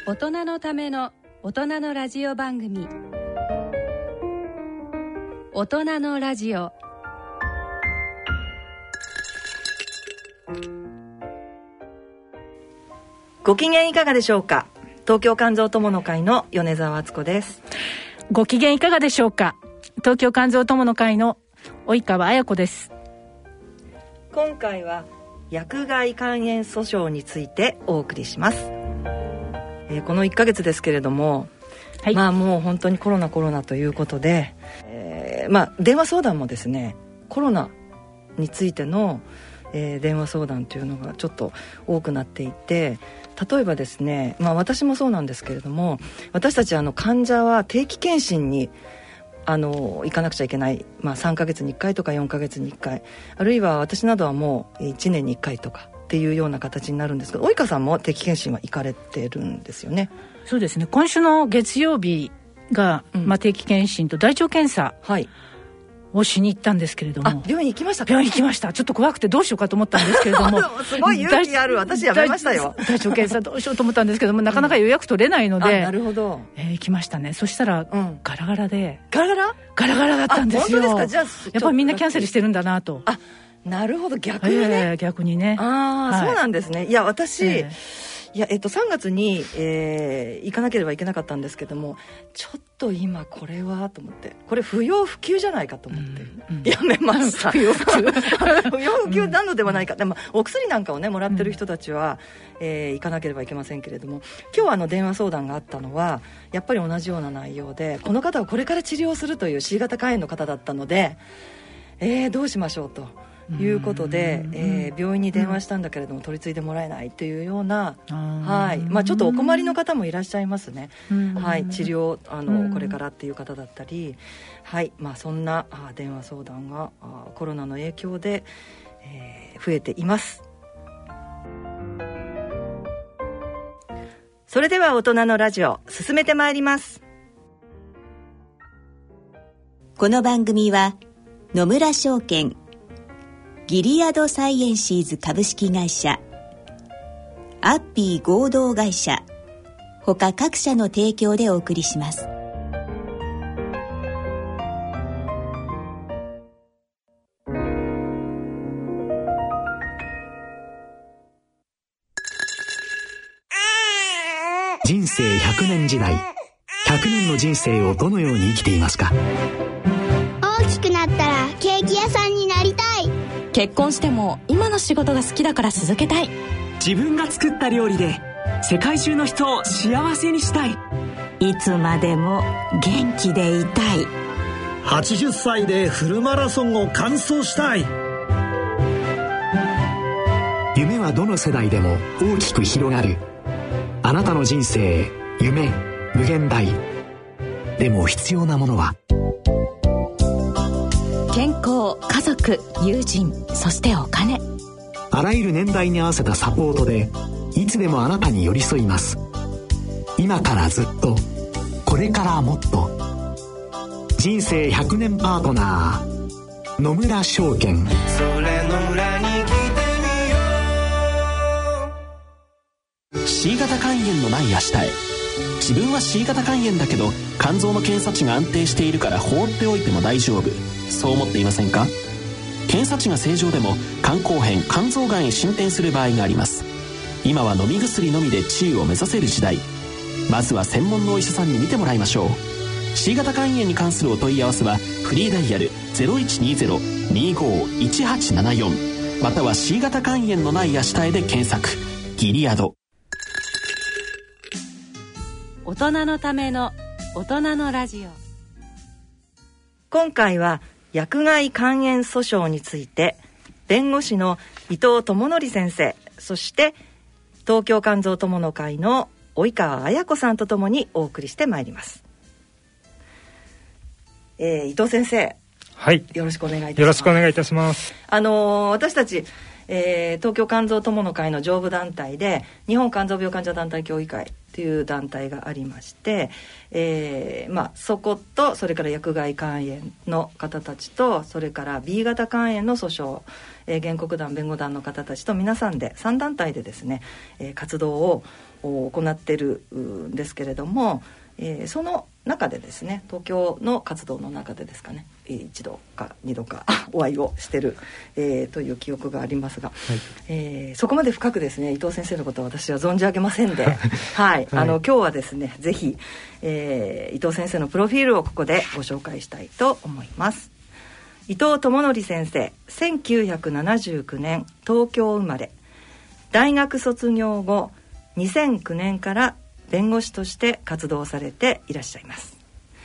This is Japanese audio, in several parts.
大人のための大人のラジオ番組、大人のラジオ。 ご機嫌いかがでしょうか。東京肝臓友の会の米澤敦子です。 ご機嫌いかがでしょうか。東京肝臓友の会の及川綾子です。 今回は薬害肝炎訴訟についてお送りします。この1ヶ月ですけれども、はい、もう本当にコロナということで、電話相談もですね、コロナについての、電話相談というのがちょっと多くなっていて、例えばですね、私もそうなんですけれども、私たち患者は定期検診に行かなくちゃいけない、3ヶ月に1回とか4ヶ月に1回、あるいは私などはもう1年に1回とかっていうような形になるんですけど、及川さんも定期検診は行かれてるんですよね。 そうですね、今週の月曜日が、定期検診と大腸検査をしに行ったんですけれども、 病院行きましたか？ 病院行きました。ちょっと怖くてどうしようかと思ったんですけれどもすごい勇気ある。私やめましたよ。 大腸検査どうしようと思ったんですけども、なかなか予約取れないので、 なるほど、 行きましたね。そしたら、ガラガラで、 ガラだったんですよ。 本当ですか？じゃあやっぱりみんなキャンセルしてるんだなと。 なるほど、逆にね、 逆にね。 そうなんですね。いや私、3月に、行かなければいけなかったんですけども、ちょっと今これはと思って、これ不要不急じゃないかと思って、やめました。不要不急なのではないか。でもお薬なんかをねもらってる人たちは、行かなければいけませんけれども、今日電話相談があったのはやっぱり同じような内容で、この方はこれから治療するという C 型肝炎の方だったので、どうしましょうということで、病院に電話したんだけれども、取り次いでもらえないというような、ちょっとお困りの方もいらっしゃいますね。治療これからっていう方だったり、そんな電話相談がコロナの影響で、増えています。それでは大人のラジオ進めてまいります。 この番組は野村証券、ギリアドサイエンシーズ株式会社、アッピー合同会社他各社の提供でお送りします。 人生100年時代、100年の人生をどのように生きていますか？ 大きくなったらケーキ屋さんになりたい。 結婚しても今の仕事が好きだから続けたい。 自分が作った料理で世界中の人を幸せにしたい。 いつまでも元気でいたい。 80歳でフルマラソンを完走したい。 夢はどの世代でも大きく広がる。あなたの人生、夢、無限大。でも必要なものは健康、家族、友人、そしてお金。 あらゆる年代に合わせたサポートでいつでもあなたに寄り添います。今からずっと、これからもっと。人生100年パートナー、野村証券。それ野村に来てみよう。 C 型肝炎のない明日へ。自分は C 型肝炎だけど肝臓の検査値が安定しているから放っておいても大丈夫、そう思っていませんか？検査値が正常でも肝硬変、肝臓がんへ進展する場合があります。今は飲み薬のみで治癒を目指せる時代。まずは専門のお医者さんに見てもらいましょう。 C 型肝炎に関するお問い合わせはフリーダイヤル 0120-25-1874 または C 型肝炎のない明日へで検索。ギリアド。 大人のための大人のラジオ。 今回は薬害肝炎訴訟について、弁護士の伊藤智則先生、そして東京肝臓友の会の及川綾子さんとともにお送りしてまいります。伊藤先生、よろしくお願いいたします。 よろしくお願いいたします。 私たち、東京肝臓友の会の上部団体で日本肝臓病患者団体協議会っという団体がありまして、そことそれから薬害肝炎の方たちとそれから B 型肝炎の訴訟、原告団弁護団の方たちと皆さんで3団体でですね、活動を行っているんですけれども、その中でですね、東京の活動の中でですかね、1度か2度かお会いをしてる、という記憶がありますが、そこまで深くですね伊藤先生のことは私は存じ上げませんではい、今日はですねぜひ、伊藤先生のプロフィールをここでご紹介したいと思います。伊藤智則先生、1979年東京生まれ、大学卒業後2009年から弁護士として活動されていらっしゃいます。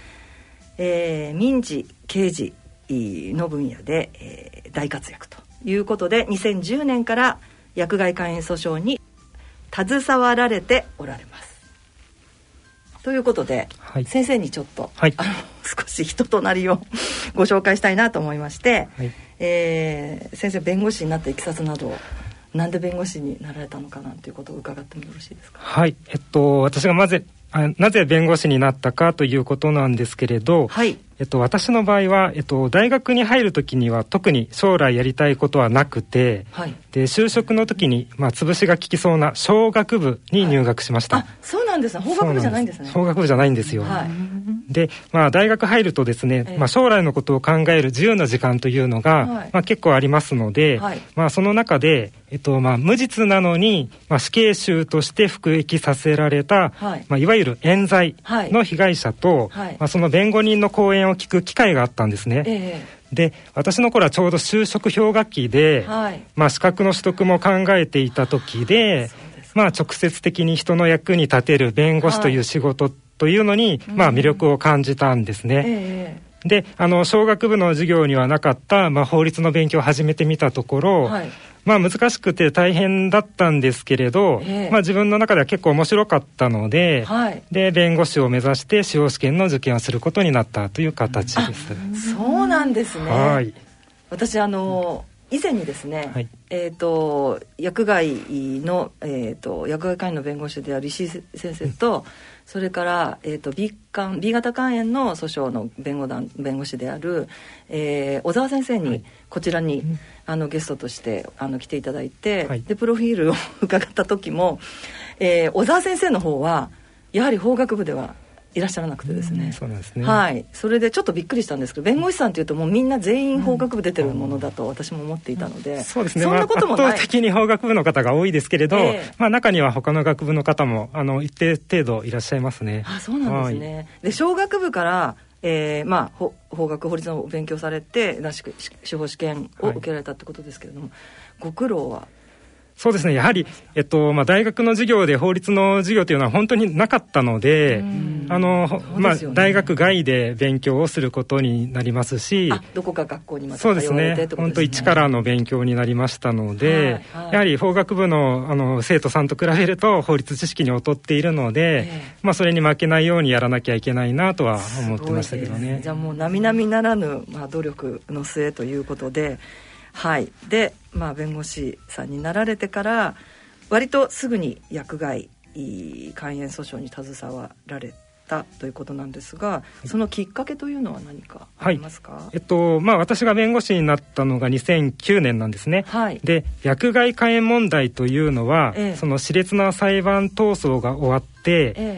民事刑事の分野で、大活躍ということで2010年から薬害肝炎訴訟に携わられておられますということで、先生にちょっと、少し人となりをご紹介したいなと思いまして、先生弁護士になったいきさつなど、なんで弁護士になられたのかなということを伺ってもよろしいですか。 私がなぜ弁護士になったかということなんですけれど、私の場合は、大学に入るときには特に将来やりたいことはなくて、で就職の時に、潰しが効きそうな商学部に入学しました。 そうなんですね。法学部じゃないんですね。 法学部じゃないんですよ。で、大学入るとですね、将来のことを考える自由な時間というのが、結構ありますので、その中で、無実なのに、死刑囚として服役させられた、いわゆる冤罪の被害者と、その弁護人の講演を聞く機会があったんですね。で、私の頃はちょうど就職氷河期で、資格の取得も考えていた時で、直接的に人の役に立てる弁護士という仕事というのに、魅力を感じたんですね。で、商学部の授業にはなかった、法律の勉強を始めてみたところ、難しくて大変だったんですけれど、自分の中では結構面白かったので、で弁護士を目指して司法試験の受験をすることになったという形です。 そうなんですね。私以前にですね、薬害の、薬害肝炎の弁護士である石井先生と、それから、B 型肝炎の訴訟の弁護士である、小沢先生にこちらに、ゲストとして来ていただいて、でプロフィールを伺った時も、小沢先生の方はやはり法学部ではいらっしゃらなくてですね、 そうなんですね。 それでちょっとびっくりしたんですけど、弁護士さんというともうみんな全員法学部出てるものだと私も思っていたので、 そうですね、 そんなこともない。 圧倒的に法学部の方が多いですけれど、中には他の学部の方も一定程度いらっしゃいますね。 そうなんですね。で商学部から法学法律の勉強されて司法試験を受けられたってことですけれども、ご苦労は。 そうですね、やはり、大学の授業で法律の授業というのは本当になかったので、大学外で勉強をすることになりますし、 どこか学校にまた通われてってことですね。そうですね、本当一からの勉強になりましたので、やはり法学部の、生徒さんと比べると法律知識に劣っているので、それに負けないようにやらなきゃいけないなとは思ってましたけどね。 じゃあもう並々ならぬ、努力の末ということで、で、弁護士さんになられてから割とすぐに薬害肝炎訴訟に携わられたということなんですが、そのきっかけというのは何かありますか。 私が弁護士になったのが2009年なんですね。で、薬害肝炎問題というのは、その熾烈な裁判闘争が終わって、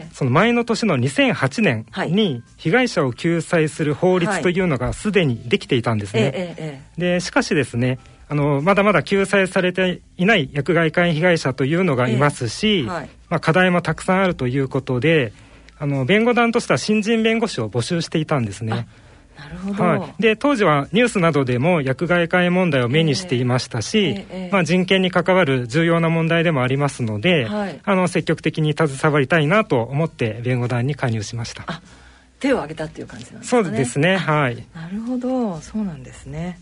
その前の年の2008年に被害者を救済する法律というのがすでにできていたんですね。でしかしですね、まだまだ救済されていない薬害肝炎被害者というのがいますし、課題もたくさんあるということで、弁護団としては新人弁護士を募集していたんですね。 なるほど。 で当時はニュースなどでも薬害肝炎問題を目にしていましたし、人権に関わる重要な問題でもありますので、積極的に携わりたいなと思って弁護団に加入しました。 手を挙げたっていう感じなんですかね。 そうですね。なるほど、そうなんですね。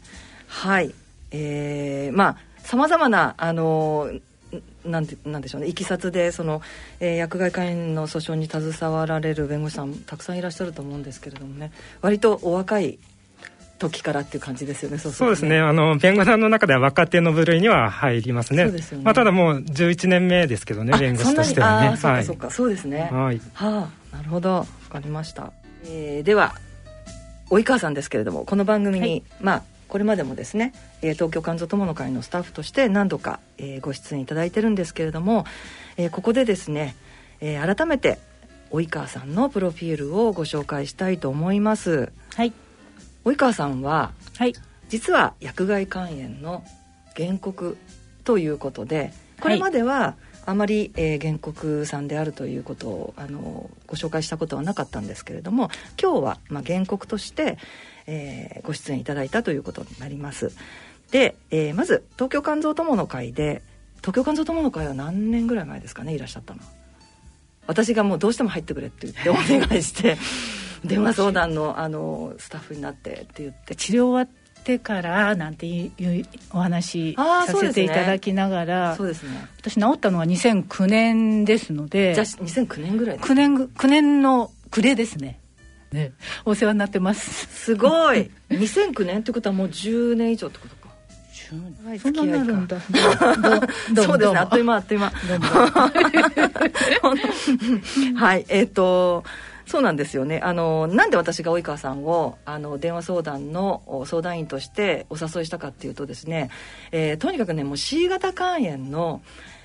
さまざまななんでしょうね、いきさつでその、薬害肝炎の訴訟に携わられる弁護士さんたくさんいらっしゃると思うんですけれどもね、割とお若い時からっていう感じですよね。 そうですね。弁護団の中では若手の部類には入りますね。 そうですよね。 ただもう11年目ですけどね、弁護士としてはね。 そうかそうか、そうですね。 はい。 なるほど、わかりました。では及川さんですけれども、この番組に、これまでもですね、東京肝臓友の会のスタッフとして何度か、ご出演いただいてるんですけれども、ここでですね、改めて及川さんのプロフィールをご紹介したいと思います。 はい。 及川さんは、実は薬害肝炎の原告ということで、これまではあまり、原告さんであるということをご紹介したことはなかったんですけれども、今日は、原告として、ご出演いただいたということになります。で、まず東京肝臓友の会で、東京肝臓友の会は何年ぐらい前ですかね、いらっしゃったの。私がもうどうしても入ってくれって言ってお願いして電話相談のスタッフになってって言って、 治療終わってからなんていうお話させていただきながら、 そうですね、 私治ったのは2009年ですので、 じゃあ2009年ぐらいです、 9年の暮れですね。お世話になってます。 すごい2009年ってことはもう10年以上ってことか。 そんなになるんだ。 そうですね、あっという間はい、そうなんですよね。なんで私が及川さんを電話相談の相談員としてお誘いしたかっていうとですね、とにかくね、もう C 型肝炎の、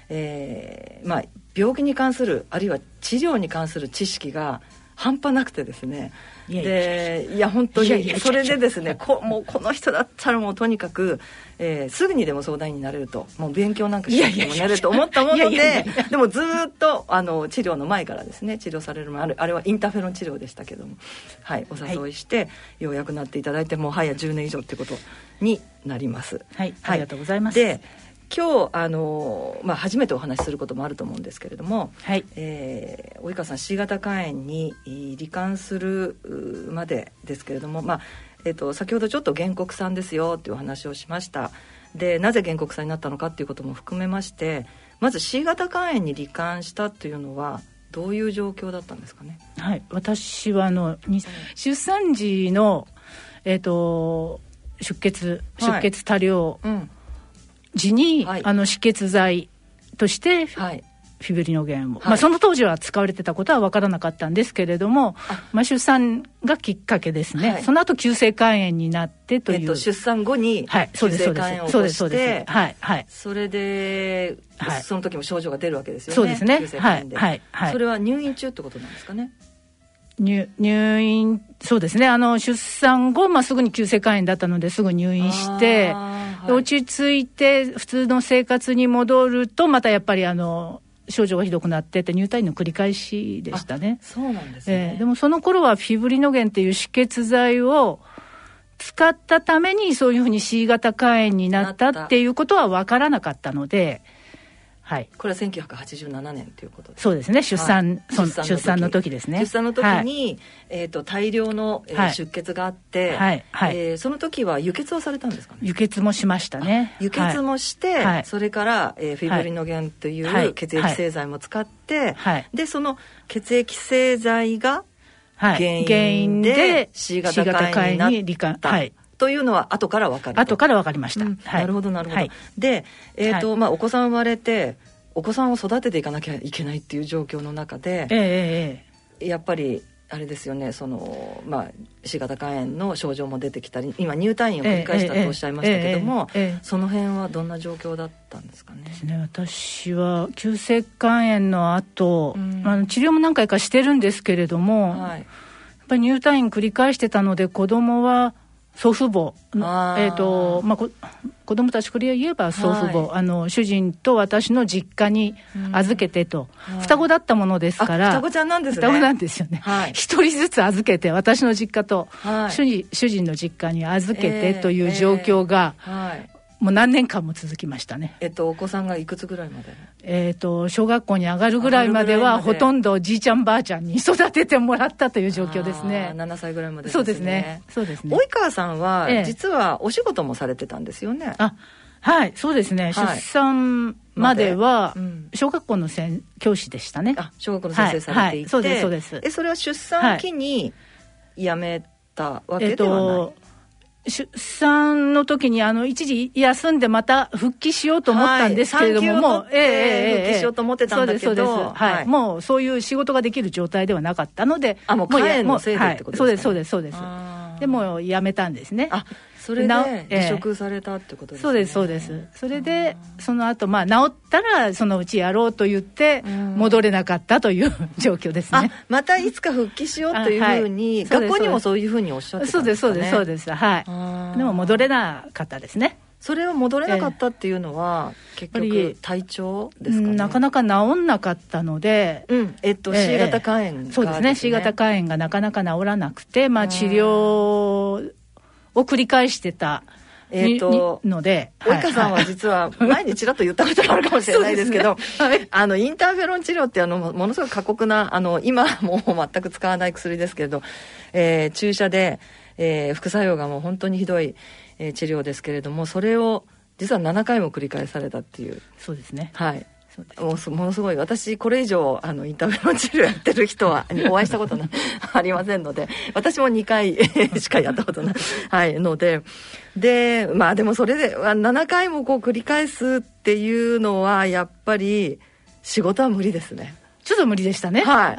病気に関する、あるいは治療に関する知識が半端なくてですね、いや本当にそれでですね、もうこの人だったらもうとにかく、すぐにでも相談員になれると、もう勉強なんかしなくてもなれると思ったもので、でもずっと治療の前からですね、治療される前、あれはインターフェロン治療でしたけども、はい、お誘いして、ようやくなっていただいて、もう早10年以上ってことになります。 はい、ありがとうございます。 で、今日初めてお話しすることもあると思うんですけれども、及川さん C 型肝炎に罹患するまでですけれども、先ほどちょっと原告さんですよっていうお話をしました。で、なぜ原告さんになったのかっていうことも含めまして、まず C 型肝炎に罹患したというのはどういう状況だったんですかね。 はい、私は出産時の、出血多量、時に、止血剤として、フィブリノゲンを、その当時は使われてたことは分からなかったんですけれども、出産がきっかけですね。その後急性肝炎になってという、 出産後に急性肝炎を起こして、それで、その時も症状が出るわけですよね。 そうですね。 急性肝炎で、それは入院中ってことなんですかね。 入院、そうですね、出産後、すぐに急性肝炎だったのですぐ入院して、落ち着いて普通の生活に戻ると、またやっぱり症状がひどくなってって入退院の繰り返しでしたね。 そうなんですね。 でもその頃はフィブリノゲンっていう止血剤を使ったためにそういうふうに C 型肝炎になったっていうことは分からなかったので、 これは1987年ということです。 そうですね、出産の時ですね。 出産の時に、大量の、出血があって、その時は輸血をされたんですかね。 輸血もしましたね。 輸血もして、それから、フィブリノゲンという血液製剤も使って、でその血液製剤が原因で C 型肝炎になった、というのは後から分かる。 後から分かりました。 なるほどなるほど。で、お子さん生まれて、お子さんを育てていかなきゃいけないっていう状況の中で、やっぱりあれですよね、C 型肝炎の症状も出てきたり、今入退院を繰り返したとおっしゃいましたけども、その辺はどんな状況だったんですかね。 私は急性肝炎の後、治療も何回かしてるんですけれども、やっぱり入退院繰り返してたので、子供は祖父母、子供たちこれ言えば祖父母、主人と私の実家に預けてと、双子だったものですから、 双子ちゃんなんですね。 双子なんですよね。一人ずつ預けて、私の実家と、主人の実家に預けてという状況が、もう何年間も続きましたね。 お子さんがいくつぐらいまで？ 小学校に上がるぐらいまではほとんどじいちゃんばあちゃんに育ててもらったという状況ですね。 7歳ぐらいまでですね。 そうですね。そうですね。 及川さんは、実はお仕事もされてたんですよね。 はい、そうですね。出産までは小学校の教師でしたね。 小学校の先生されていて、 そうですそうです。 それは出産を機に辞めたわけではない。 出産の時に一時休んでまた復帰しようと思ったんですけれども、もう、 復帰しようと思ってたんだけど、 そうです、はい、もうそういう仕事ができる状態ではなかったので、 もう肝炎のせいでってことですかね。 そうです。でもう辞めたんですね。 それで離職されたってことですね。 そうです。それでその後、治ったらそのうちやろうと言って戻れなかったという状況ですね。 またいつか復帰しようというふうに、学校にもそういうふうにおっしゃってたんですかね。 そうです、はい。でも戻れなかったですね。 それを戻れなかったっていうのは、結局体調ですかね。 なかなか治んなかったので、 C 型肝炎が、 そうですね、C 型肝炎がなかなか治らなくて、治療を繰り返してたので、 及川さんは実は前にちらっと言ったことがあるかもしれないですけど、インターフェロン治療ってものすごい過酷な今もう全く使わない薬ですけれど、注射で、副作用がもう本当にひどい、治療ですけれども、それを実は7回も繰り返されたっていう。 そうですね。 はい。ものすごい、私これ以上インターフェロン治療やってる人はお会いしたことありませんので、私も2回しかやったことない、はい、ので、でもそれで7回も繰り返すっていうのはやっぱり仕事は無理ですね。 ちょっと無理でしたね。はい。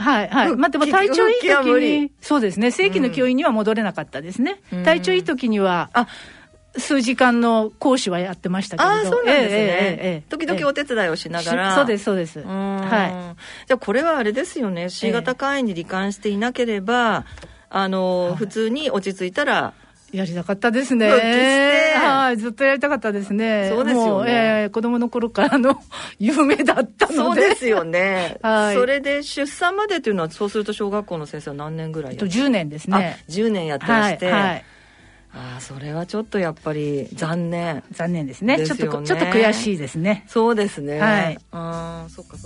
でも体調いい時に、そうですね、正規の教員には戻れなかったですね。体調いい時には数時間の講師はやってましたけど。 そうなんですね。時々お手伝いをしながら。 そうです。はい。 じゃあこれはあれですよね。C 型肝炎に罹患していなければ、普通に落ち着いたら。 やりたかったですね。ずっとやりたかったですね。 そうですよね。 子供の頃からの夢だったので。 そうですよね。それで出産までというのは、そうすると小学校の先生は何年ぐらい 10年ですね。 10年やってらして。それはちょっとやっぱり残念ですね。ちょっと悔しいですね。 そうですね。 はい。そっか。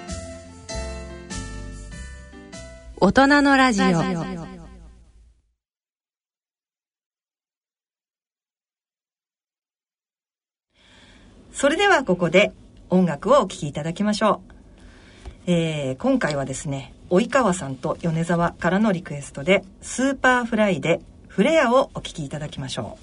大人のラジオ。 それではここで音楽をお聴きいただきましょう。今回はですね、及川さんと米沢からのリクエストで、スーパーフライでフレアをお聴きいただきましょ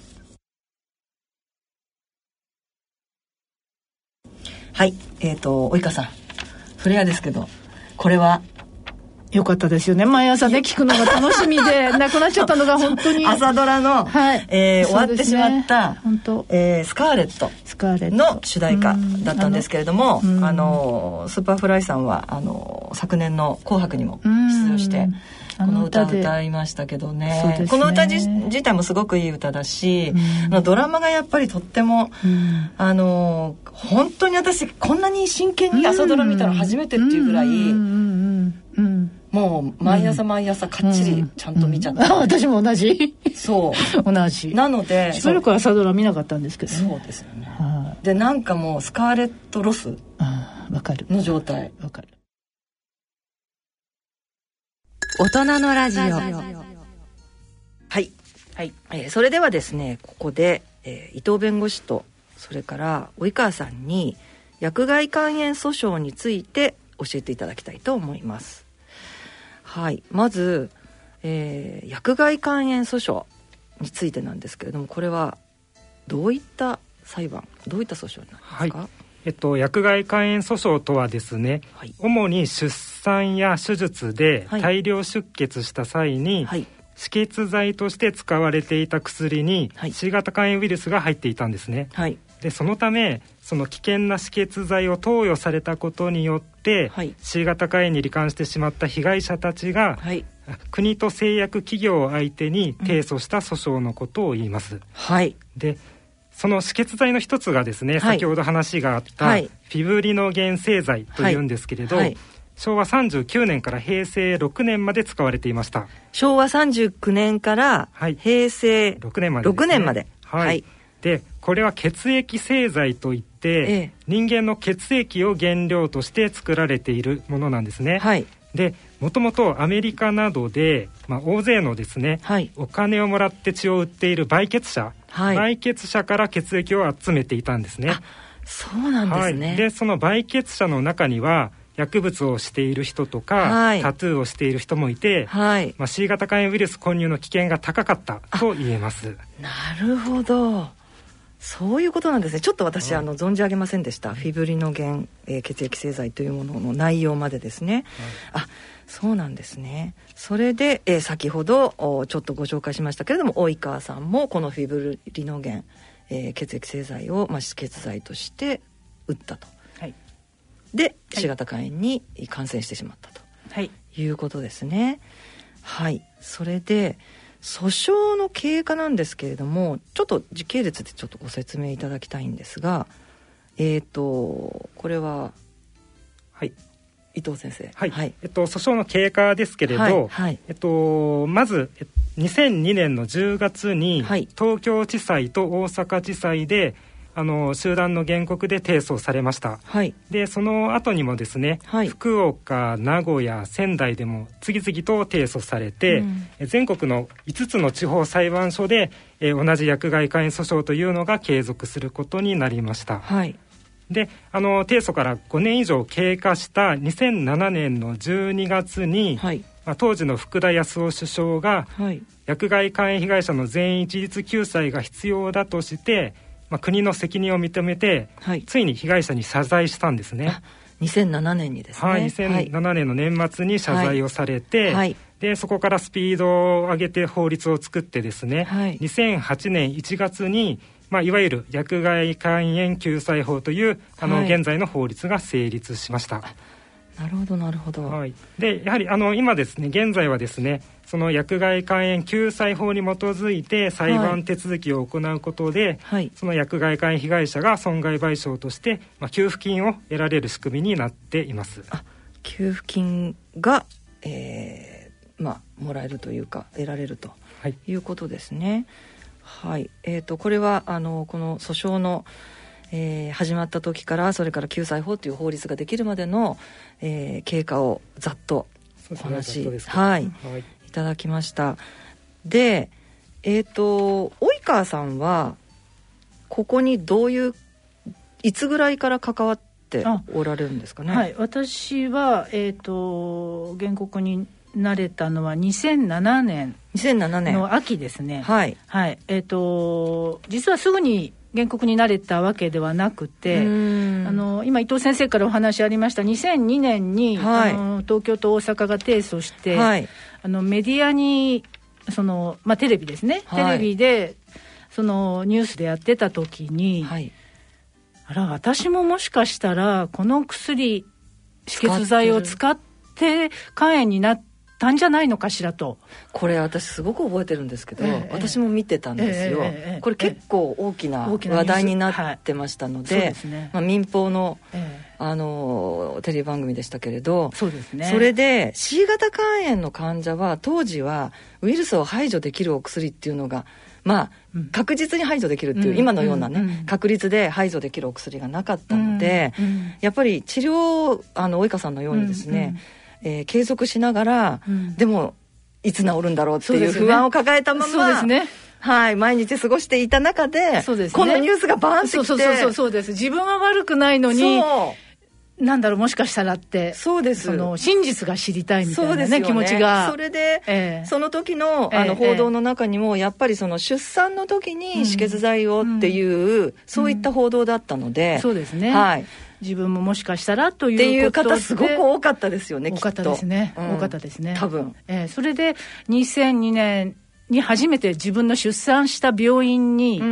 う。はい、及川さん、フレアですけど、これはよかったですよね。毎朝ね、聞くのが楽しみでなくなっちゃったのが本当に朝ドラの、終わってしまった、スカーレットの主題歌だったんですけれども、スーパーフライさんは昨年の紅白にも出場してこの歌を歌いましたけど ね、この歌自体もすごくいい歌だし、ドラマがやっぱりとっても、本当に私こんなに真剣に朝ドラ見たの初めてっていうぐらい、もう毎朝かっちりちゃんと見ちゃった、 私も同じ。 そう同じなので、 しばらく朝ドラ見なかったんですけど、 そうですよね。でなんかもうスカーレットロスの状態。 わかる。 大人のラジオ。 はい、それではですね、ここで、伊藤弁護士とそれから及川さんに薬害肝炎訴訟について教えていただきたいと思います。はい、まず、薬害肝炎訴訟についてなんですけれども、これはどういった裁判、どういった訴訟になりますか？ 薬害肝炎訴訟とはですね、主に出産や手術で大量出血した際に、止血剤として使われていた薬に C 型肝炎ウイルスが入っていたんですね。でそのためその危険な止血剤を投与されたことによって、C 型肝炎に罹患してしまった被害者たちが、国と製薬企業を相手に提訴した訴訟のことを言います。でその止血剤の一つがですね、先ほど話があった、フィブリノゲン製剤というんですけれど、昭和39年から平成6年まで使われていました。 昭和39年から平成 6年までですね。6年まで。でこれは血液製剤といって、人間の血液を原料として作られているものなんですね。でもともとアメリカなどで、大勢のですね、お金をもらって血を売っている売血者、売血者から血液を集めていたんですね。 そうなんですね。 でその売血者の中には薬物をしている人とか、はい、タトゥーをしている人もいて、はい、C 型肝炎ウイルス混入の危険が高かったと言えます。 なるほど、そういうことなんですね。ちょっと私、存じ上げませんでした。フィブリノゲン、血液製剤というものの内容までですね、そうなんですね。それで、先ほどちょっとご紹介しましたけれども、及川さんもこのフィブリノゲン、血液製剤を、止血剤として打ったと、はい、で C 型肝炎に感染してしまったと、はい、いうことですね。はい。それで訴訟の経過なんですけれども、ちょっと時系列でちょっとご説明いただきたいんですが、これは、はい、伊藤先生、 はいはい、訴訟の経過ですけれど、はいはい、まず2002年の10月に東京地裁と大阪地裁で集団の原告で提訴されました、はい、でその後にもですね、はい、福岡、名古屋、仙台でも次々と提訴されて、全国の5つの地方裁判所で、同じ薬害肝炎訴訟というのが継続することになりました、はい、で提訴から5年以上経過した2007年の12月に、はい、当時の福田康夫首相が、はい、薬害肝炎被害者の全員一律救済が必要だとして国の責任を認めて、はい、ついに被害者に謝罪したんですね。 2007年にですね、 はい、2007年の年末に謝罪をされて、はい、でそこからスピードを上げて法律を作ってですね、はい、2008年1月に、いわゆる薬害肝炎救済法という現在の法律が成立しました。 なるほどなるほど、 はい、でやはり今ですね、現在はですね、その薬害肝炎救済法に基づいて裁判手続きを行うことで、はい、その薬害肝炎被害者が損害賠償として、給付金を得られる仕組みになっています。 給付金が、もらえるというか得られるということですね。はい、これはこの訴訟の始まった時からそれから救済法という法律ができるまでの、経過をざっとお話、はい、いただきました。で、及川さんはここにいつぐらいから関わっておられるんですかね。 はい、私は、原告になれたのは2007年の秋ですね。はい、はい、実はすぐに原告になれたわけではなくて、今伊藤先生からお話ありました2002年に、はい、東京と大阪が提訴して、はい、メディアにテレビですね、はい、テレビでニュースでやってた時に、はい、私ももしかしたらこの薬止血剤を使って肝炎になったんじゃないのかしらと。 これ私すごく覚えてるんですけど、私も見てたんですよ、これ結構大きな話題になってましたので、民放の、テレビ番組でしたけれど、そうですね、それで C 型肝炎の患者は当時はウイルスを排除できるお薬っていうのが確実に排除できるっていう、今のようなね、確率で排除できるお薬がなかったので、やっぱり治療及川さんのようにですね、継続しながら、でもいつ治るんだろうっていう不安を抱えたまま、そうですね、はい、毎日過ごしていた中で、そうですね、このニュースがバーンってきて、 そうです。自分は悪くないのに、もしかしたらって、そうです。真実が知りたいみたいなね、気持ちが。 それで、その時の報道の中にも、やっぱり出産の時に止血剤をっていう、そういった報道だったので、 そうですね。はい。自分ももしかしたらということで。 っていう方すごく多かったですよね、 多かったですね。多かったですね。 多分。 それで、2002年に初めて自分の出産した病院に、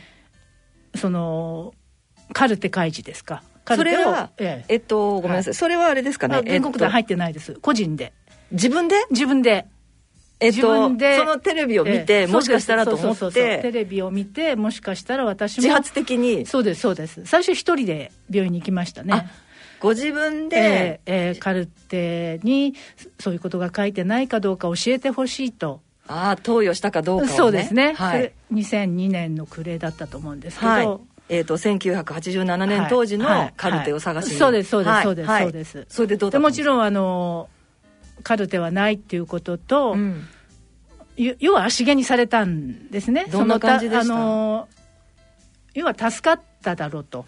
カルテ開示ですか。 それは、ごめんなさい、それはあれですかね。 原告団入ってないです。個人で。 自分でそのテレビを見て、もしかしたらと思って、 テレビを見て、もしかしたら私も自発的に。 そうです。最初一人で病院に行きましたね。 ご自分で、 カルテにそういうことが書いてないかどうか教えてほしいと。 投与したかどうかをね。 そうですね。はい、2002年の暮れだったと思うんですけど。はい、 1987年当時のカルテを探しに、 そうです。それでどうだったんですか？もちろんカルテはないっていうことと、要は足毛にされたんですね。 どんな感じでした？ 要は助かっただろうと。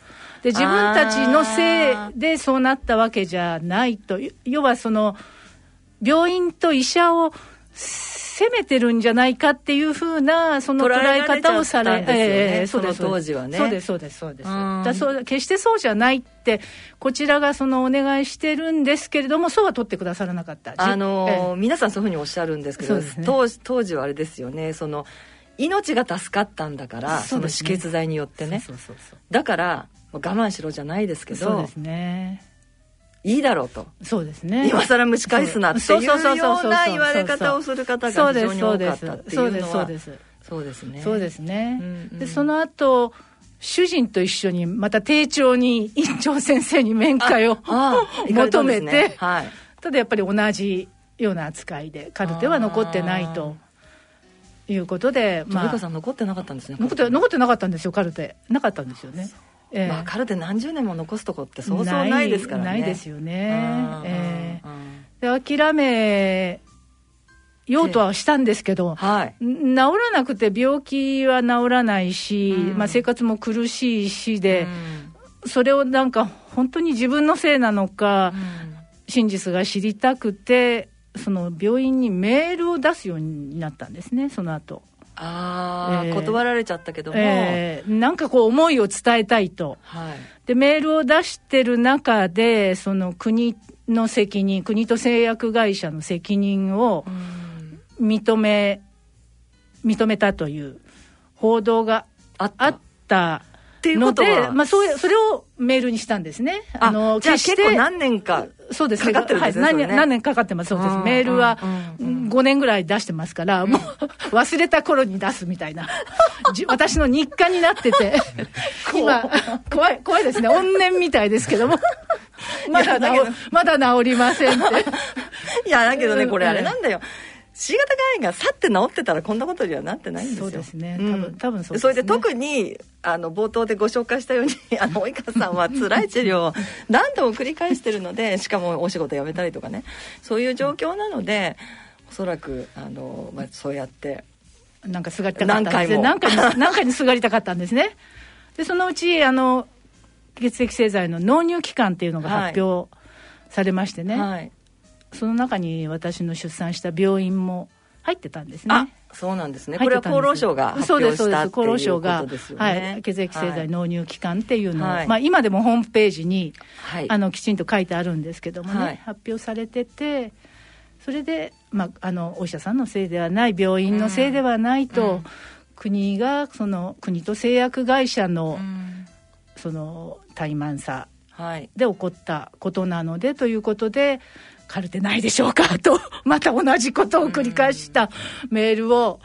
で自分たちのせいでそうなったわけじゃないと、要はその病院と医者を責めてるんじゃないかっていうふうなその捉え方をされ、 その当時はね。 そうです決してそうじゃないってこちらがそのお願いしてるんですけれども、そうは取ってくださらなかった。 皆さんそういうふうにおっしゃるんですけど、当時はあれですよね、その命が助かったんだから、その止血剤によってね。だから我慢しろじゃないですけど、 そうですね、 いいだろうと。 そうですね。 今更蒸し返すなっていうような言われ方をする方が非常に多かったっていうのは、そうですね。 そうですね。でその後主人と一緒にまた丁重に院長先生に面会を求めて、ただやっぱり同じような扱いでカルテは残ってないということで、 美香さん残ってなかったんですね。 残ってなかったんですよ。カルテなかったんですよね。 カルテ何十年も残すとこってそうそうないですからね。 ないですよね。で諦めようとはしたんですけど、治らなくて病気は治らないし、生活も苦しいしで、それをなんか本当に自分のせいなのか、真実が知りたくてその病院にメールを出すようになったんですね。その後断られちゃったけども、 なんかこう思いを伝えたいと、でメールを出してる中でその国の責任、国と製薬会社の責任を認めたという報道があったので、それをメールにしたんですね。 じゃあ結構何年かそうですかかってるんですね。 何年かかってます。そうです。メールは5年ぐらい出してますから、もう忘れた頃に出すみたいな私の日課になってて今怖いですね。怨念みたいですけどもまだ治りませんっていやだけどね、これあれなんだよ、C 型肝炎がさって治ってたらこんなことにはなってないんですよ。 そうですね。多分そうですね。 それで特に冒頭でご紹介したように及川さんは辛い治療を何度も繰り返してるので、しかもお仕事辞めたりとかね、そういう状況なので、おそらくそうやってなんかすがりたかったんですね。何回にすがりたかったんですね。でそのうち血液製剤の納入期間っていうのが発表されましてね、その中に私の出産した病院も入ってたんですね。 そうなんですね。これは厚労省が発表したっていうことですよね。 血液製剤納入期間っていうのを、今でもホームページに、きちんと書いてあるんですけどもね、発表されてて、それで、お医者さんのせいではない、病院のせいではないと、国が国と製薬会社の、その怠慢さで起こったことなので、ということでカルテないでしょうかとまた同じことを繰り返したメールを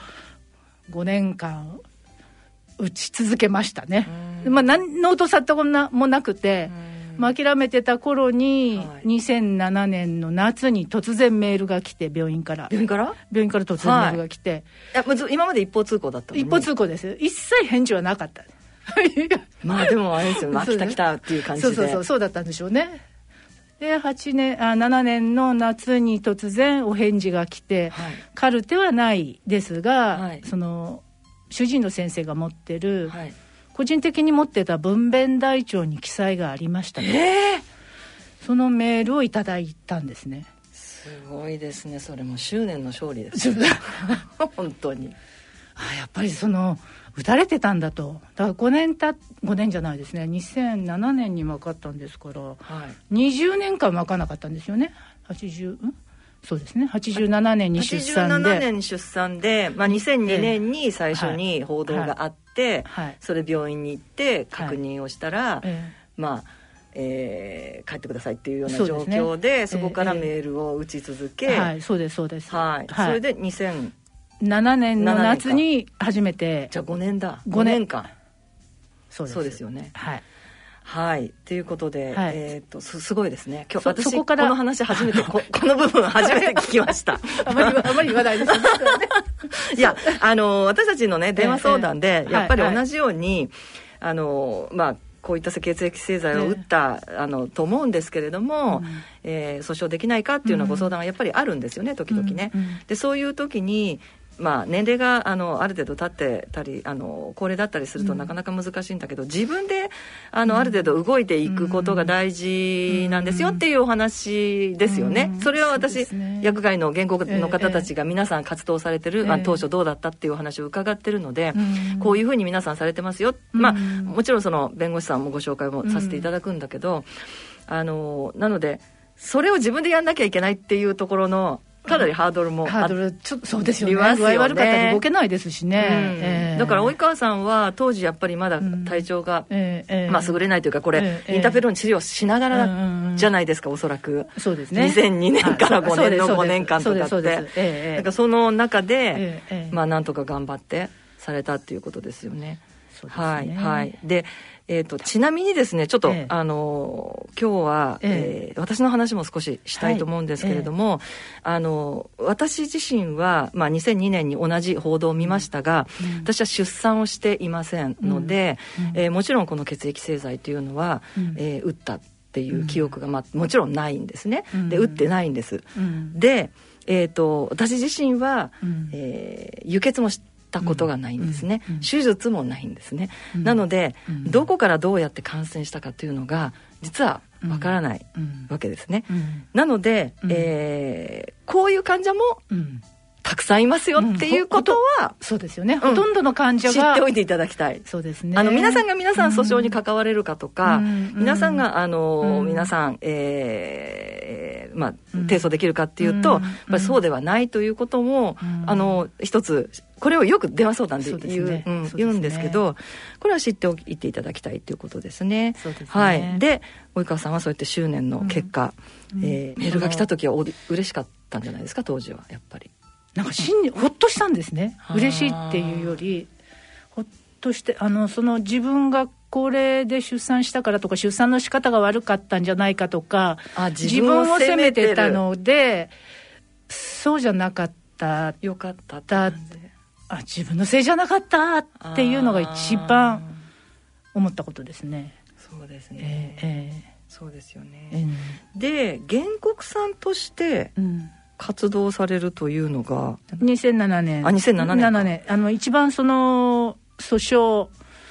5年間打ち続けましたね。何の音沙汰もなくて、諦めてた頃に、2007年の夏に突然メールが来て、病院から突然メールが来て、 今まで一方通行だったのに。 一方通行です。一切返事はなかったでもあれですよ、来たっていう感じで。 そうだったんでしょうね。で7年の夏に突然お返事が来て、カルテはないですが、その主治医の先生が持ってる、個人的に持ってた分娩台帳に記載がありましたと、そのメールをいただいたんですね。 すごいですね。それも執念の勝利です本当に。 やっぱり打たれてたんだと。だから5年じゃないですね、2007年に分かったんですから、20年間分かなかったんですよね。そうですね、87年に出産で 2002年に最初に報道があって、それ病院に行って確認をしたら、帰ってくださいっていうような状況で、そこからメールを打ち続け、 そうです、それで 2007年の夏に初めて。 じゃあ5年だ。5年間。 そうですよね。ということで、すごいですね。今日私この話初めてこの部分初めて聞きましたあまり言わないですねいや私たちのね電話相談で、やっぱり同じようにこういった血液製剤を打った、と思うんですけれども、訴訟できないかっていうようなご相談はやっぱりあるんですよね、時々ね。でそういう時に年齢がある程度経ってたり高齢だったりするとなかなか難しいんだけど、自分である程度動いていくことが大事なんですよっていうお話ですよね。それは私、薬害の原告の方たちが皆さん活動されてる、当初どうだったっていうお話を伺ってるので、こういうふうに皆さんされてますよ、もちろんその弁護士さんもご紹介もさせていただくんだけど、なのでそれを自分でやんなきゃいけないっていうところのかなりハードルもありますよね。 そうですよね。具合悪かったり動けないですしね、 だから及川さんは当時やっぱりまだ体調が、優れないというか、これ、インターフェロン治療しながらじゃないですか、おそらく。 そうですね。 2002年から5年の5年間とかって、だからその中で、なんとか頑張ってされたっていうことですよね。はいはい。で、ちなみにですね、ちょっと、今日は、私の話も少ししたいと思うんですけれども、私自身は、2002年に同じ報道を見ましたが、私は出産をしていませんので、もちろんこの血液製剤というのは、打ったっていう記憶が、もちろんないんですね。で、打ってないんです。で、私自身は、輸血もしたことがないんですね、手術もないんですね、なので、どこからどうやって感染したかというのが実はわからないわけですね、なので、こういう患者もたくさんいますよっていうことは、 そうですよね、ほとんどの患者が知っておいていただきたい。 そうですね。 皆さんが訴訟に関われるかとか、皆さんが皆さん提訴できるかっていうと、やっぱりそうではないということも、一つこれをよく電話相談で言うんですけど、これは知っておいていただきたいということですね。はい。で、及川さんはそうやって執念の結果、メールが来た時は嬉しかったんじゃないですか、当時は。やっぱりなんかほっとしたんですね。嬉しいっていうよりほっとして、その自分が高齢で出産したからとか、出産の仕方が悪かったんじゃないかとか、自分を責めてたので、そうじゃなかった、 よかったって、 自分のせいじゃなかったっていうのが一番思ったことですね。 そうですね、そうですよね、で、原告さんとして活動されるというのが 2007年 2007 年一番その訴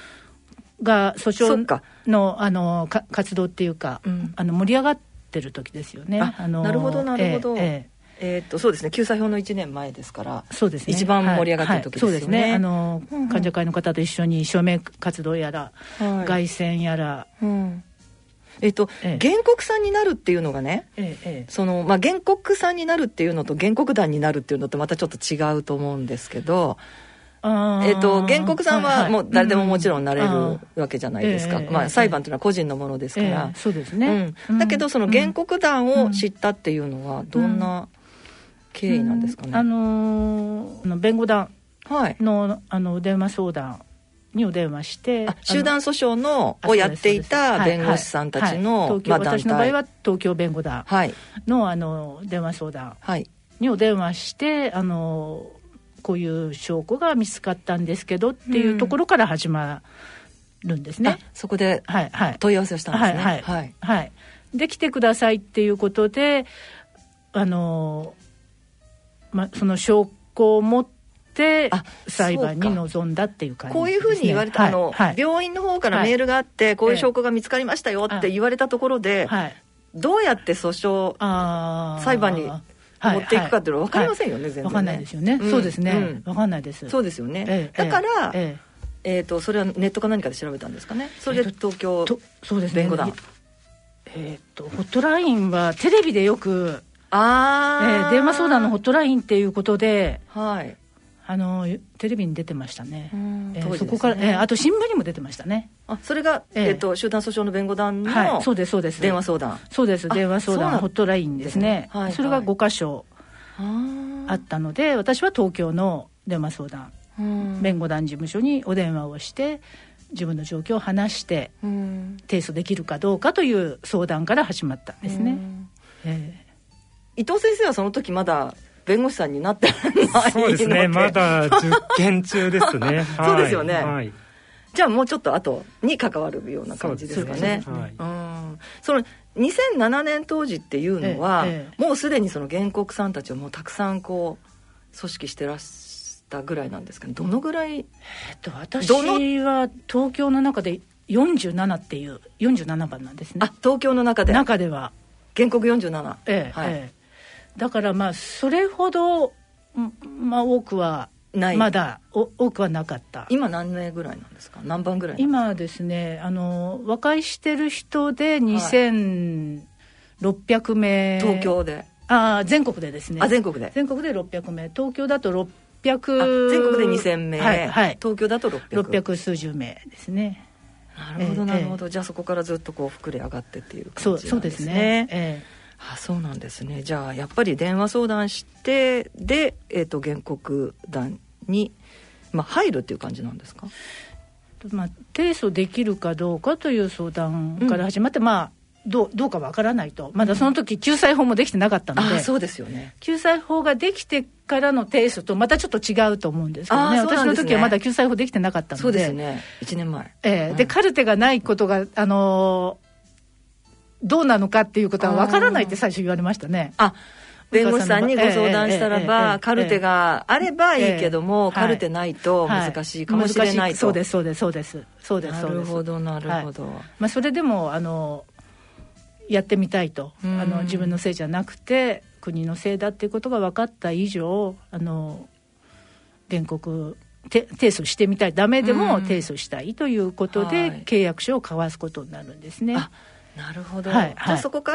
訟の活動っていうか、盛り上がってる時ですよね。 なるほどなるほど、そうですね、救済法の1年前ですから、 そうですね、 一番盛り上がってる時ですよね。 そうですね、患者会の方と一緒に署名活動やら、凱旋やら、 原告さんになるっていうのがね、原告さんになるっていうのと原告団になるっていうのとまたちょっと違うと思うんですけど、原告さんはもう誰でももちろんなれるわけじゃないですか、裁判というのは個人のものですから、 そうですね、 だけどその原告団を知ったっていうのはどんな経緯なんですかね。 弁護団の電話相談にお電話して、 集団訴訟をやっていた弁護士さんたちの団体、 私の場合は東京弁護団の電話相談にお電話して、こういう証拠が見つかったんですけどっていうところから始まるんですね。 そこで問い合わせをしたんですね。 で、来てくださいっていうことで、その証拠を持って裁判に臨んだっていう感じですね。 こういうふうに言われた、病院の方からメールがあって、こういう証拠が見つかりましたよって言われたところで、どうやって訴訟裁判に持っていくかっていうのは分かりませんよね、全然ね。 分かんないですよね。そうですね、分かんないです。 そうですよね。だから、それはネットか何かで調べたんですかね。それで東京弁護団。 ホットラインはテレビでよく電話相談のホットラインっていうことで、テレビに出てましたね。そこから、あと新聞にも出てましたね。 それが、集団訴訟の弁護団の電話相談。 そうです、電話相談ホットラインですね。それが5箇所あったので、私は東京の電話相談弁護団事務所にお電話をして自分の状況を話して、提訴できるかどうかという相談から始まったんですね。 伊藤先生はその時まだ弁護士さんになってない。 そうですね、まだ受験中ですね。 そうですよね、じゃあもうちょっと後に関わるような感じですかね。その2007年当時っていうのは、もうすでにその原告さんたちをもうたくさんこう組織してらしたぐらいなんですかね。どのぐらい、 私は東京の中で47っていう47番なんですね。 東京の中では原告47、 だからまあそれほど、多くはない、まだ多くはなかった。 今何名ぐらいなんですか？何番ぐらいなんですか？ 今ですね、和解してる人で2600名、 東京で全国でですね。 全国で 600名、東京だと600、 全国で2000名、東京だと 600数十名ですね。 なるほどなるほど、じゃあそこからずっとこう膨れ上がってっていう感じなんですね。 そうですね。 そうなんですね。じゃあやっぱり電話相談してで、原告団に、入るっていう感じなんですか？ 提訴できるかどうかという相談から始まって、どうかわからないと、まだその時救済法もできてなかったので、 そうですよね。 救済法ができてからの提訴とまたちょっと違うと思うんですけどね。私の時はまだ救済法できてなかったので。 そうですね、1年前、 でカルテがないことがどうなのかっていうことはわからないって最初言われましたね。 弁護士さんにご相談したらば、カルテがあればいいけども、カルテないと難しいかもしれないと。 そうですなるほどなるほど、 それでもやってみたいと、自分のせいじゃなくて国のせいだっていうことが分かった以上、原告提訴してみたい、ダメでも提訴したいということで、契約書を交わすことになるんですね。 なるほど、じゃあそこから、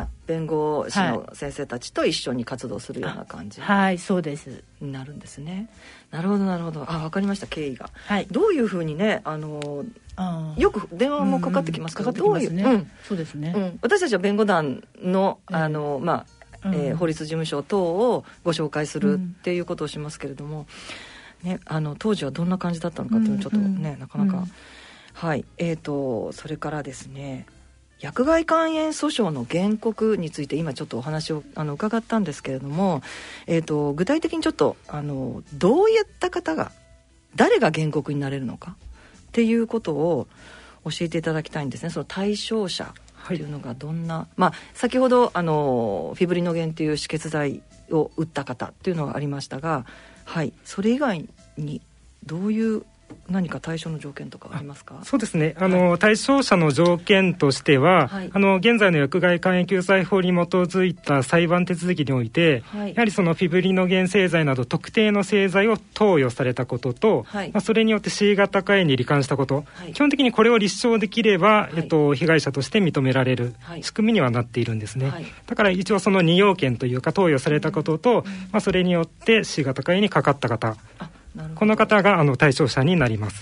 弁護士の先生たちと一緒に活動するような感じそうですになるんですね。なるほどなるほど、分かりました。経緯が、どういうふうにね、よく電話もかかってきますから、 どういう、そうですね、 私たちは弁護団の、法律事務所等をご紹介するっていうことをしますけれども、当時はどんな感じだったのかっていうのはちょっとね、なかなか、それからですね、薬害関連訴訟の原告について今ちょっとお話を伺ったんですけれども、具体的にちょっとどういった方が誰が原告になれるのかっていうことを教えていただきたいんですね。その対象者っていうのがどんな、先ほどフィブリノゲンっていう止血剤を打った方っていうのがありましたが、それ以外にどういう何か対象の条件とかありますか？ そうですね、対象者の条件としては、現在の薬害関連救済法に基づいた裁判手続きにおいて、やはりそのフィブリノゲン製剤など特定の製剤を投与されたことと、それによって C 型肝炎に罹患したこと、基本的にこれを立証できれば、被害者として認められる仕組みにはなっているんですね。だから一応その2要件というか、投与されたことと、それによって C 型肝炎にかかった方、この方が対象者になります。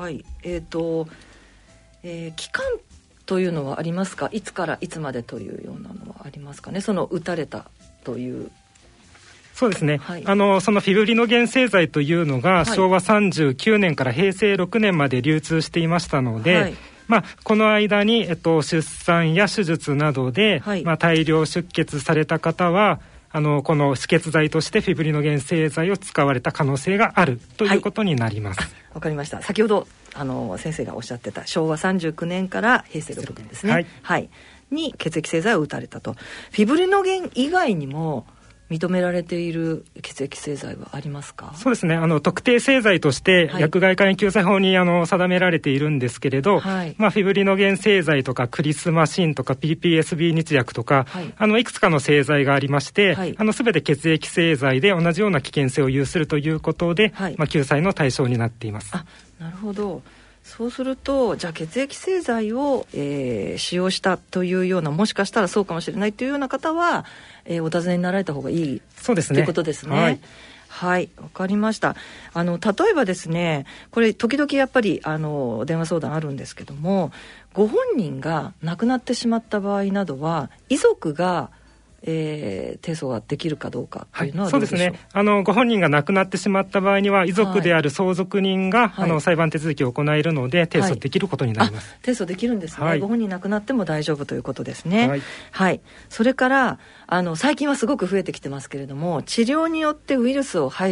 期間というのはありますか？いつからいつまでというようなのはありますかね？その打たれたという。そうですね、そのフィブリノゲン製剤というのが昭和39年から平成6年まで流通していましたので、この間に、出産や手術などで、大量出血された方はこの止血剤としてフィブリノゲン製剤を使われた可能性があるということになります。 わかりました。先ほど先生がおっしゃってた昭和39年から平成6年ですね、に血液製剤を打たれたと。フィブリノゲン以外にも認められている血液製剤はありますか？ そうですね、特定製剤として薬害関連救済法に定められているんですけれど、フィブリノゲン製剤とかクリスマシンとか PPSB 日薬とか、いくつかの製剤がありまして、全て血液製剤で同じような危険性を有するということで、救済の対象になっています。 なるほど。そうすると、じゃあ血液製剤を、使用したというような、もしかしたらそうかもしれないというような方は、お尋ねになられた方がいいということですね。わかりました。例えばですね、これ時々やっぱり電話相談あるんですけども、ご本人が亡くなってしまった場合などは遺族が提訴ができるかどうかというのはどうでしょう？そうですね、ご本人が亡くなってしまった場合には遺族である相続人が、裁判手続きを行えるので提訴できることになります。 提訴できるんですね、ご本人亡くなっても大丈夫ということですね。それから最近はすごく増えてきてますけれども、治療によってウイルスを排除し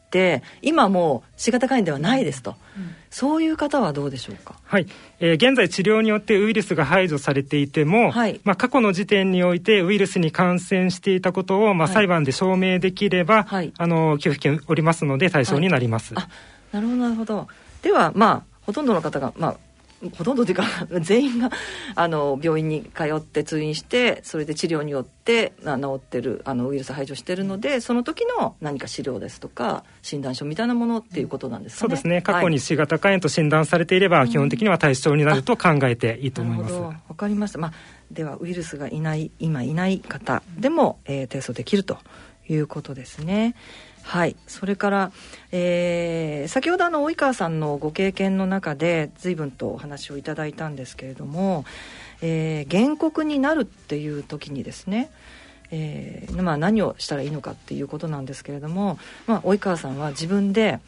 って今もう C 型肝炎ではないですと、そういう方はどうでしょうか。 はい、現在治療によってウイルスが排除されていても、過去の時点においてウイルスに感染していたことを、裁判で証明できれば、給付金おりますので対象になります。 なるほどなるほど。ではほとんどの方がほとんどというか全員が病院に通って通院して、それで治療によって治ってるウイルス排除してるので、その時の何か資料ですとか診断書みたいなものっていうことなんですかね。 そうですね、過去に C 型肝炎と診断されていれば、基本的には対象になると考えていいと思います。 わかりました。ではウイルスが今いない方でも、提訴できるということですね。はい、それから、先ほど及川さんのご経験の中で随分とお話をいただいたんですけれども、原告になるっていう時にですね、何をしたらいいのかっていうことなんですけれども、及川さんは自分で、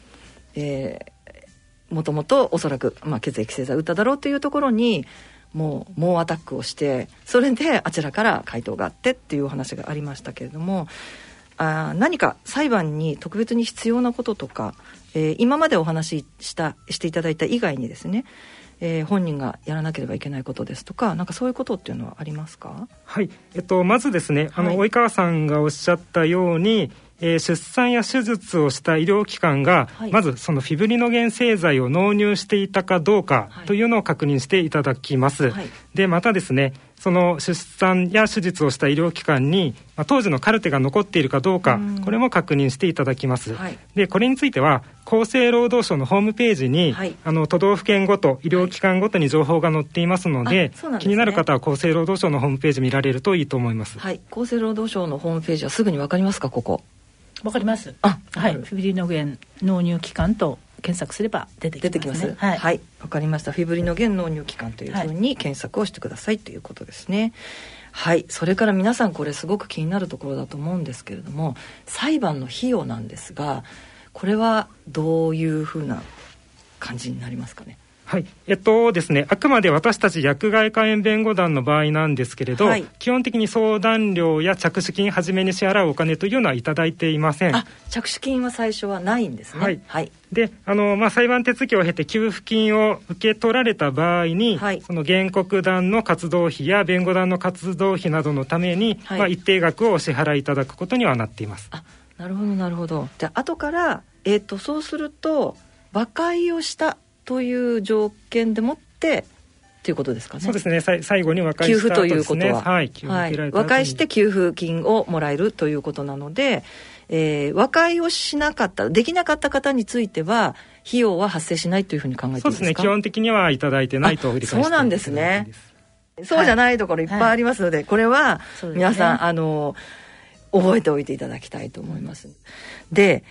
もともとおそらく、血液製剤を打っただろうというところにもう猛アタックをして、それであちらから回答があってっていうお話がありましたけれども、何か裁判に特別に必要なこととか、今までお話ししていただいた以外にですね、本人がやらなければいけないことですとか、なんかそういうことっていうのはありますか。 はい、まずですね、及川さんがおっしゃったように、出産や手術をした医療機関が、まずそのフィブリノゲン製剤を納入していたかどうかというのを確認していただきます。でまたですね、その出産や手術をした医療機関に、当時のカルテが残っているかどうか、これも確認していただきます。でこれについては厚生労働省のホームページに、都道府県ごと医療機関ごとに情報が載っていますので、気になる方は厚生労働省のホームページ見られるといいと思います。 厚生労働省のホームページはすぐに分かりますか。ここ分かります。フィブリノゲン納入機関と検索すれば出てきますね。 はい、わかりました。フィブリノゲン納入機関というふうに検索をしてくださいということですね。はい、それから皆さんこれすごく気になるところだと思うんですけれども、裁判の費用なんですが、これはどういうふうな感じになりますかね。 はい、ですね、あくまで私たち薬害肝炎弁護団の場合なんですけれど、基本的に相談料や着手金初めに支払うお金というのはいただいていません。 着手金は最初はないんですね。 で裁判手続きを経て給付金を受け取られた場合に、その原告団の活動費や弁護団の活動費などのために、一定額をお支払いいただくことにはなっています。 なるほどなるほど。じゃあ後から、そうすると和解をしたという条件でもってということですかね。 そうですね、最後に和解した後ですね。 給付ということは、和解して給付金をもらえるということなので、和解をしなかったできなかった方については費用は発生しないというふうに考えていいですか。 そうですね、基本的にはいただいてないと理解していそうなんですね。そうじゃないところいっぱいありますので、これは皆さん、覚えておいていただきたいと思います。で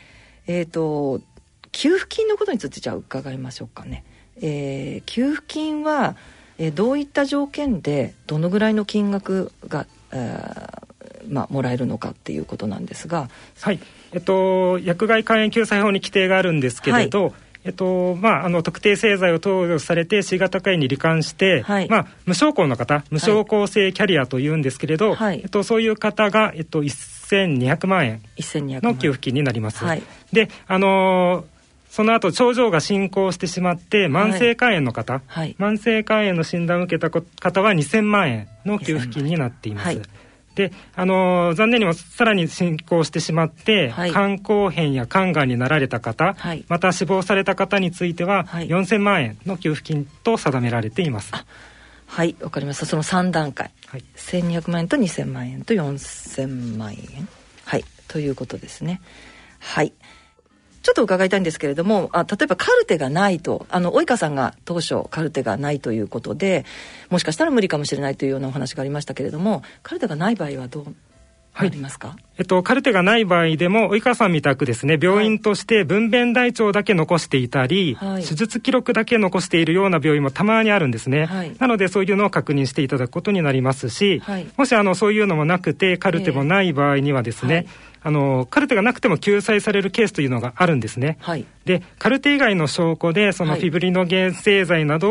給付金のことについてじゃあ伺いましょうかね。給付金は、どういった条件でどのぐらいの金額が、もらえるのかっていうことなんですが、 薬害肝炎救済法に規定があるんですけれど、特定製剤を投与されて C 型肝炎に罹患して、無症候の方、無症候性キャリアというんですけれど、そういう方が、1200万円の給付金になります。でその後症状が進行してしまって慢性肝炎の方、慢性肝炎の診断を受けた方は2000万円の給付金になっています。で残念にもさらに進行してしまって、肝硬変や肝がんになられた方、また死亡された方については、4000万円の給付金と定められています。 はい、わかりました。その3段階、1200万円と2000万円と4000万円、ということですね。ちょっと伺いたいんですけれども、例えばカルテがないと、及川さんが当初カルテがないということで、もしかしたら無理かもしれないというようなお話がありましたけれども、カルテがない場合はどうなりますか。 カルテがない場合でも及川さんみたくですね、病院として分娩台帳だけ残していたり、手術記録だけ残しているような病院もたまにあるんですね。なのでそういうのを確認していただくことになりますし、もしそういうのもなくてカルテもない場合にはですね、カルテがなくても救済されるケースというのがあるんですね。でカルテ以外の証拠でそのフィブリノゲン製剤などを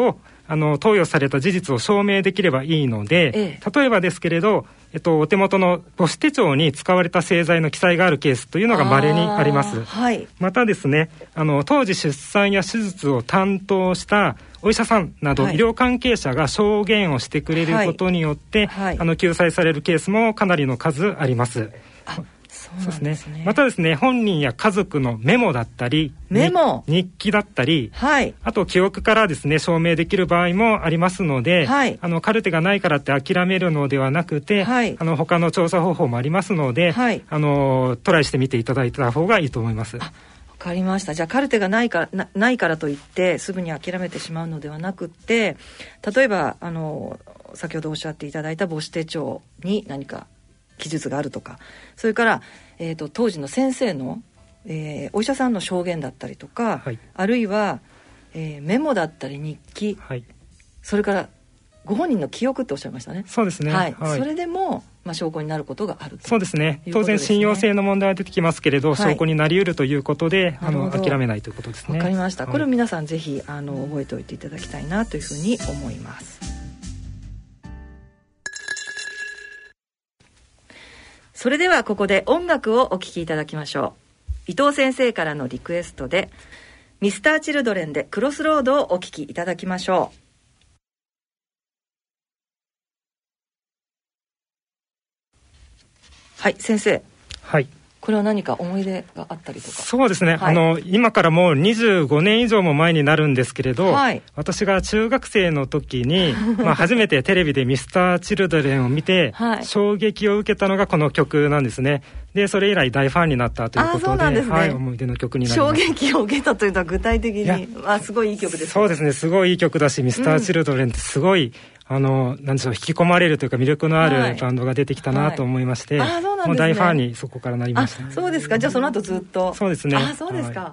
投与された事実を証明できればいいので、例えばですけれど、お手元の母子手帳に使われた製剤の記載があるケースというのが稀にあります。 はい、 またですね、当時出産や手術を担当したお医者さんなど、医療関係者が証言をしてくれることによって、救済されるケースもかなりの数あります。 そうですね。 またですね、本人や家族のメモだったり日記だったり、あと記憶からですね証明できる場合もありますので、カルテがないからって諦めるのではなくて、他の調査方法もありますので、トライしてみていただいた方がいいと思います。 わかりました。じゃあカルテがないからといってすぐに諦めてしまうのではなくって、例えば先ほどおっしゃっていただいた母子手帳に何か記述があるとか、それから、当時の先生の、お医者さんの証言だったりとか、あるいは、メモだったり日記、それからご本人の記憶っておっしゃいましたね。 そうですね、 それでも、証拠になることがあると。 そうですね。当然信用性の問題は出てきますけれど、証拠になりうるということで諦めないということですね。 わかりました。これを皆さんぜひ覚えておいていただきたいなというふうに思います。それではここで音楽をお聴きいただきましょう。伊藤先生からのリクエストでミスターチルドレンでクロスロードをお聴きいただきましょう。はい、先生。 はい。 これは何か思い出があったりとか。 そうですね、今からもう25年以上も前になるんですけれど、私が中学生の時に初めてテレビでミスターチルドレンを見て、衝撃を受けたのがこの曲なんですね。でそれ以来大ファンになったということで、思い出の曲になります。 衝撃を受けたというのは具体的にすごいいい曲ですね。 そうですね、すごいいい曲だし、ミスターチルドレンってすごいなんでしょう、引き込まれるというか魅力のあるバンドが出てきたなと思いまして、もう大ファンにそこからなりました。 そうですか。じゃあその後ずっと。 そうですね。 そうですか。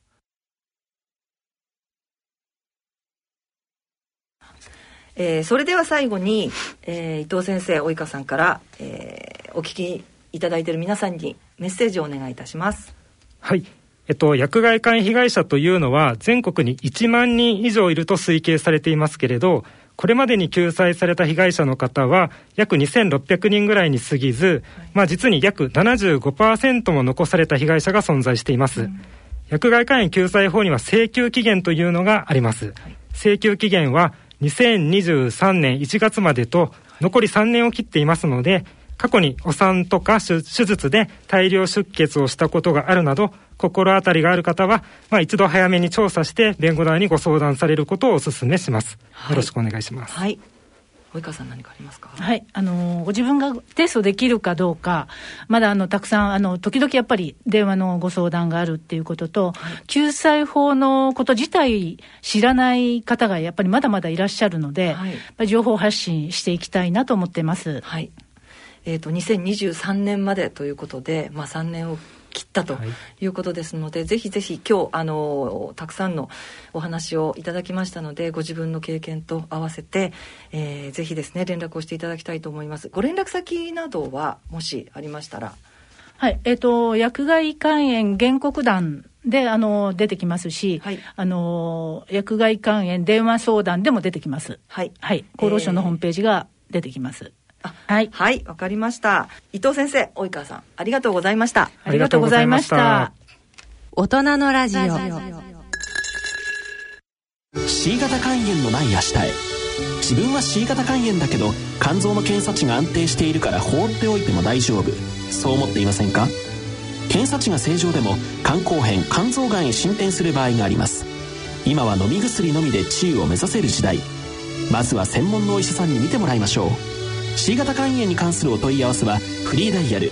それでは最後に、伊藤先生、及川さんから、お聞きいただいている皆さんにメッセージをお願いいたします。 はい。薬害肝炎被害者というのは全国に1万人以上いると推計されていますけれど、これまでに救済された被害者の方は約2600人ぐらいに過ぎず、実に約 75% も残された被害者が存在しています。薬害肝炎救済法には請求期限というのがあります。請求期限は2023年1月までと残り3年を切っていますので、過去にお産とか手術で大量出血をしたことがあるなど心当たりがある方は、一度早めに調査して弁護団にご相談されることをお勧めします。よろしくお願いします。 はい。及川さん何かありますか？ はい、ご自分が提訴できるかどうか、まだたくさん時々やっぱり電話のご相談があるっていうことと、救済法のこと自体知らない方がやっぱりまだまだいらっしゃるので、情報発信していきたいなと思っています。 はい。2023年までということで、3年を切ったということですので、ぜひぜひ今日たくさんのお話をいただきましたので、ご自分の経験と合わせて、ぜひですね連絡をしていただきたいと思います。ご連絡先などはもしありましたら。 はい、薬害肝炎原告団で出てきますし、薬害肝炎電話相談でも出てきます。はい、厚労省のホームページが出てきます。 はい、わかりました。伊藤先生、及川さん、ありがとうございました。 ありがとうございました。 大人のラジオ。 C 型肝炎のない明日へ。自分は C 型肝炎だけど肝臓の検査値が安定しているから放っておいても大丈夫、そう思っていませんか？検査値が正常でも肝硬変、肝臓がんへ進展する場合があります。今は飲み薬のみで治癒を目指せる時代。まずは専門のお医者さんに見てもらいましょう。C 型肝炎に関するお問い合わせはフリーダイヤル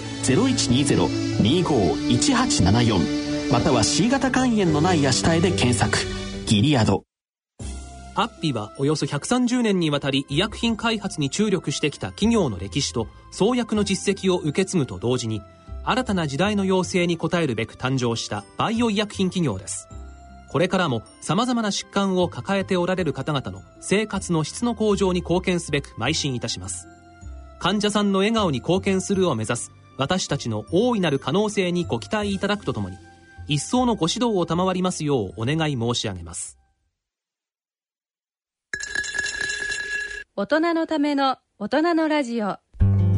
0120-25-1874 または C 型肝炎のない明日へで検索。ギリアド。 アッピはおよそ130年にわたり医薬品開発に注力してきた企業の歴史と創薬の実績を受け継ぐと同時に、新たな時代の要請に応えるべく誕生したバイオ医薬品企業です。これからも様々な疾患を抱えておられる方々の生活の質の向上に貢献すべく邁進いたします。患者さんの笑顔に貢献するを目指す私たちの大いなる可能性にご期待いただくとともに、一層のご指導を賜りますようお願い申し上げます。 大人のための大人のラジオ。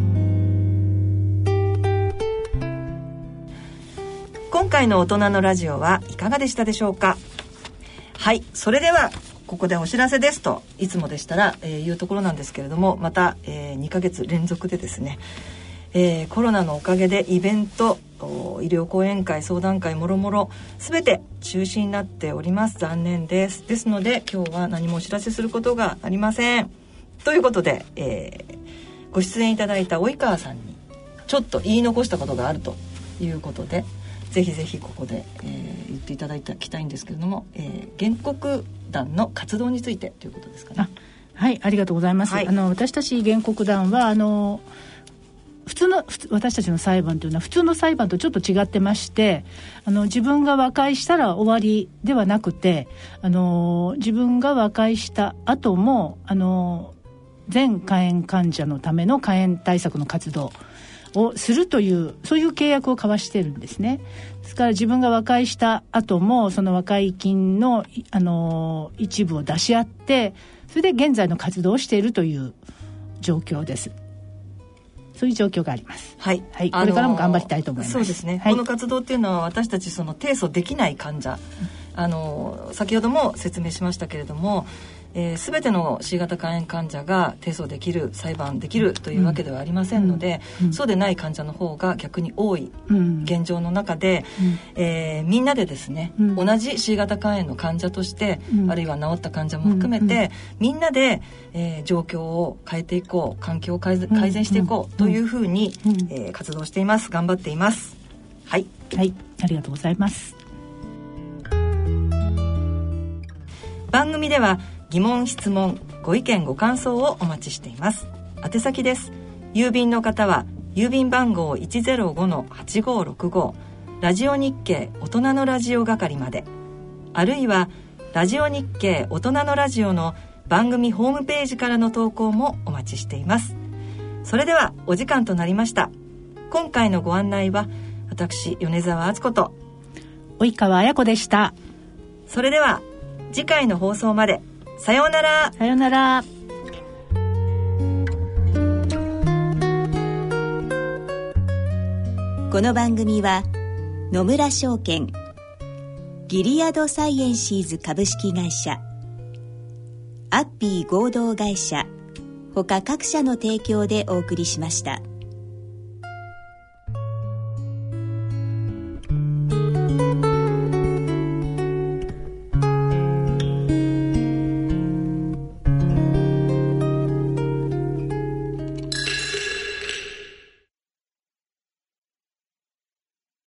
今回の大人のラジオはいかがでしたでしょうか。はい、それではここでお知らせですといつもでしたら、いうところなんですけれども、また、2ヶ月連続でですね、コロナのおかげでイベント、医療講演会、相談会もろもろ全て中止になっております。残念です。ですので今日は何もお知らせすることがありません。ということで、ご出演いただいた及川さんにちょっと言い残したことがあるということで、ぜひぜひここで、言っていただきたいんですけれども、原告団の活動についてということですかね。 はい、ありがとうございます。はい、私たち原告団は私たちの裁判というのは普通の裁判とちょっと違ってまして、自分が和解したら終わりではなくて、自分が和解した後も全肝炎患者のための肝炎対策の活動をするという、そういう契約を交わしているんですね。ですから自分が和解した後もその和解金の、一部を出し合って、それで現在の活動をしているという状況です。そういう状況があります。はい、はい、これからも頑張りたいと思います。 そうですね、はい、この活動っていうのは私たちその提訴できない患者、先ほども説明しましたけれども、全ての C 型肝炎患者が提訴できる、裁判できるというわけではありませんので、そうでない患者の方が逆に多い現状の中で、みんなでですね、同じ C 型肝炎の患者として、あるいは治った患者も含めて、みんなで、状況を変えていこう、環境を改善していこうというふうに、活動しています。頑張っています。はい、 はい、ありがとうございます。 番組では疑問、質問、ご意見、ご感想をお待ちしています。宛先です。郵便の方は郵便番号 105-8565 ラジオ日経大人のラジオ係まで、あるいはラジオ日経大人のラジオの番組ホームページからの投稿もお待ちしています。それではお時間となりました。今回のご案内は私米沢敦子と及川綾子でした。 それでは次回の放送まで。さようなら。 さようなら。 この番組は野村証券、ギリアドサイエンシーズ株式会社、アッピー合同会社他各社の提供でお送りしました。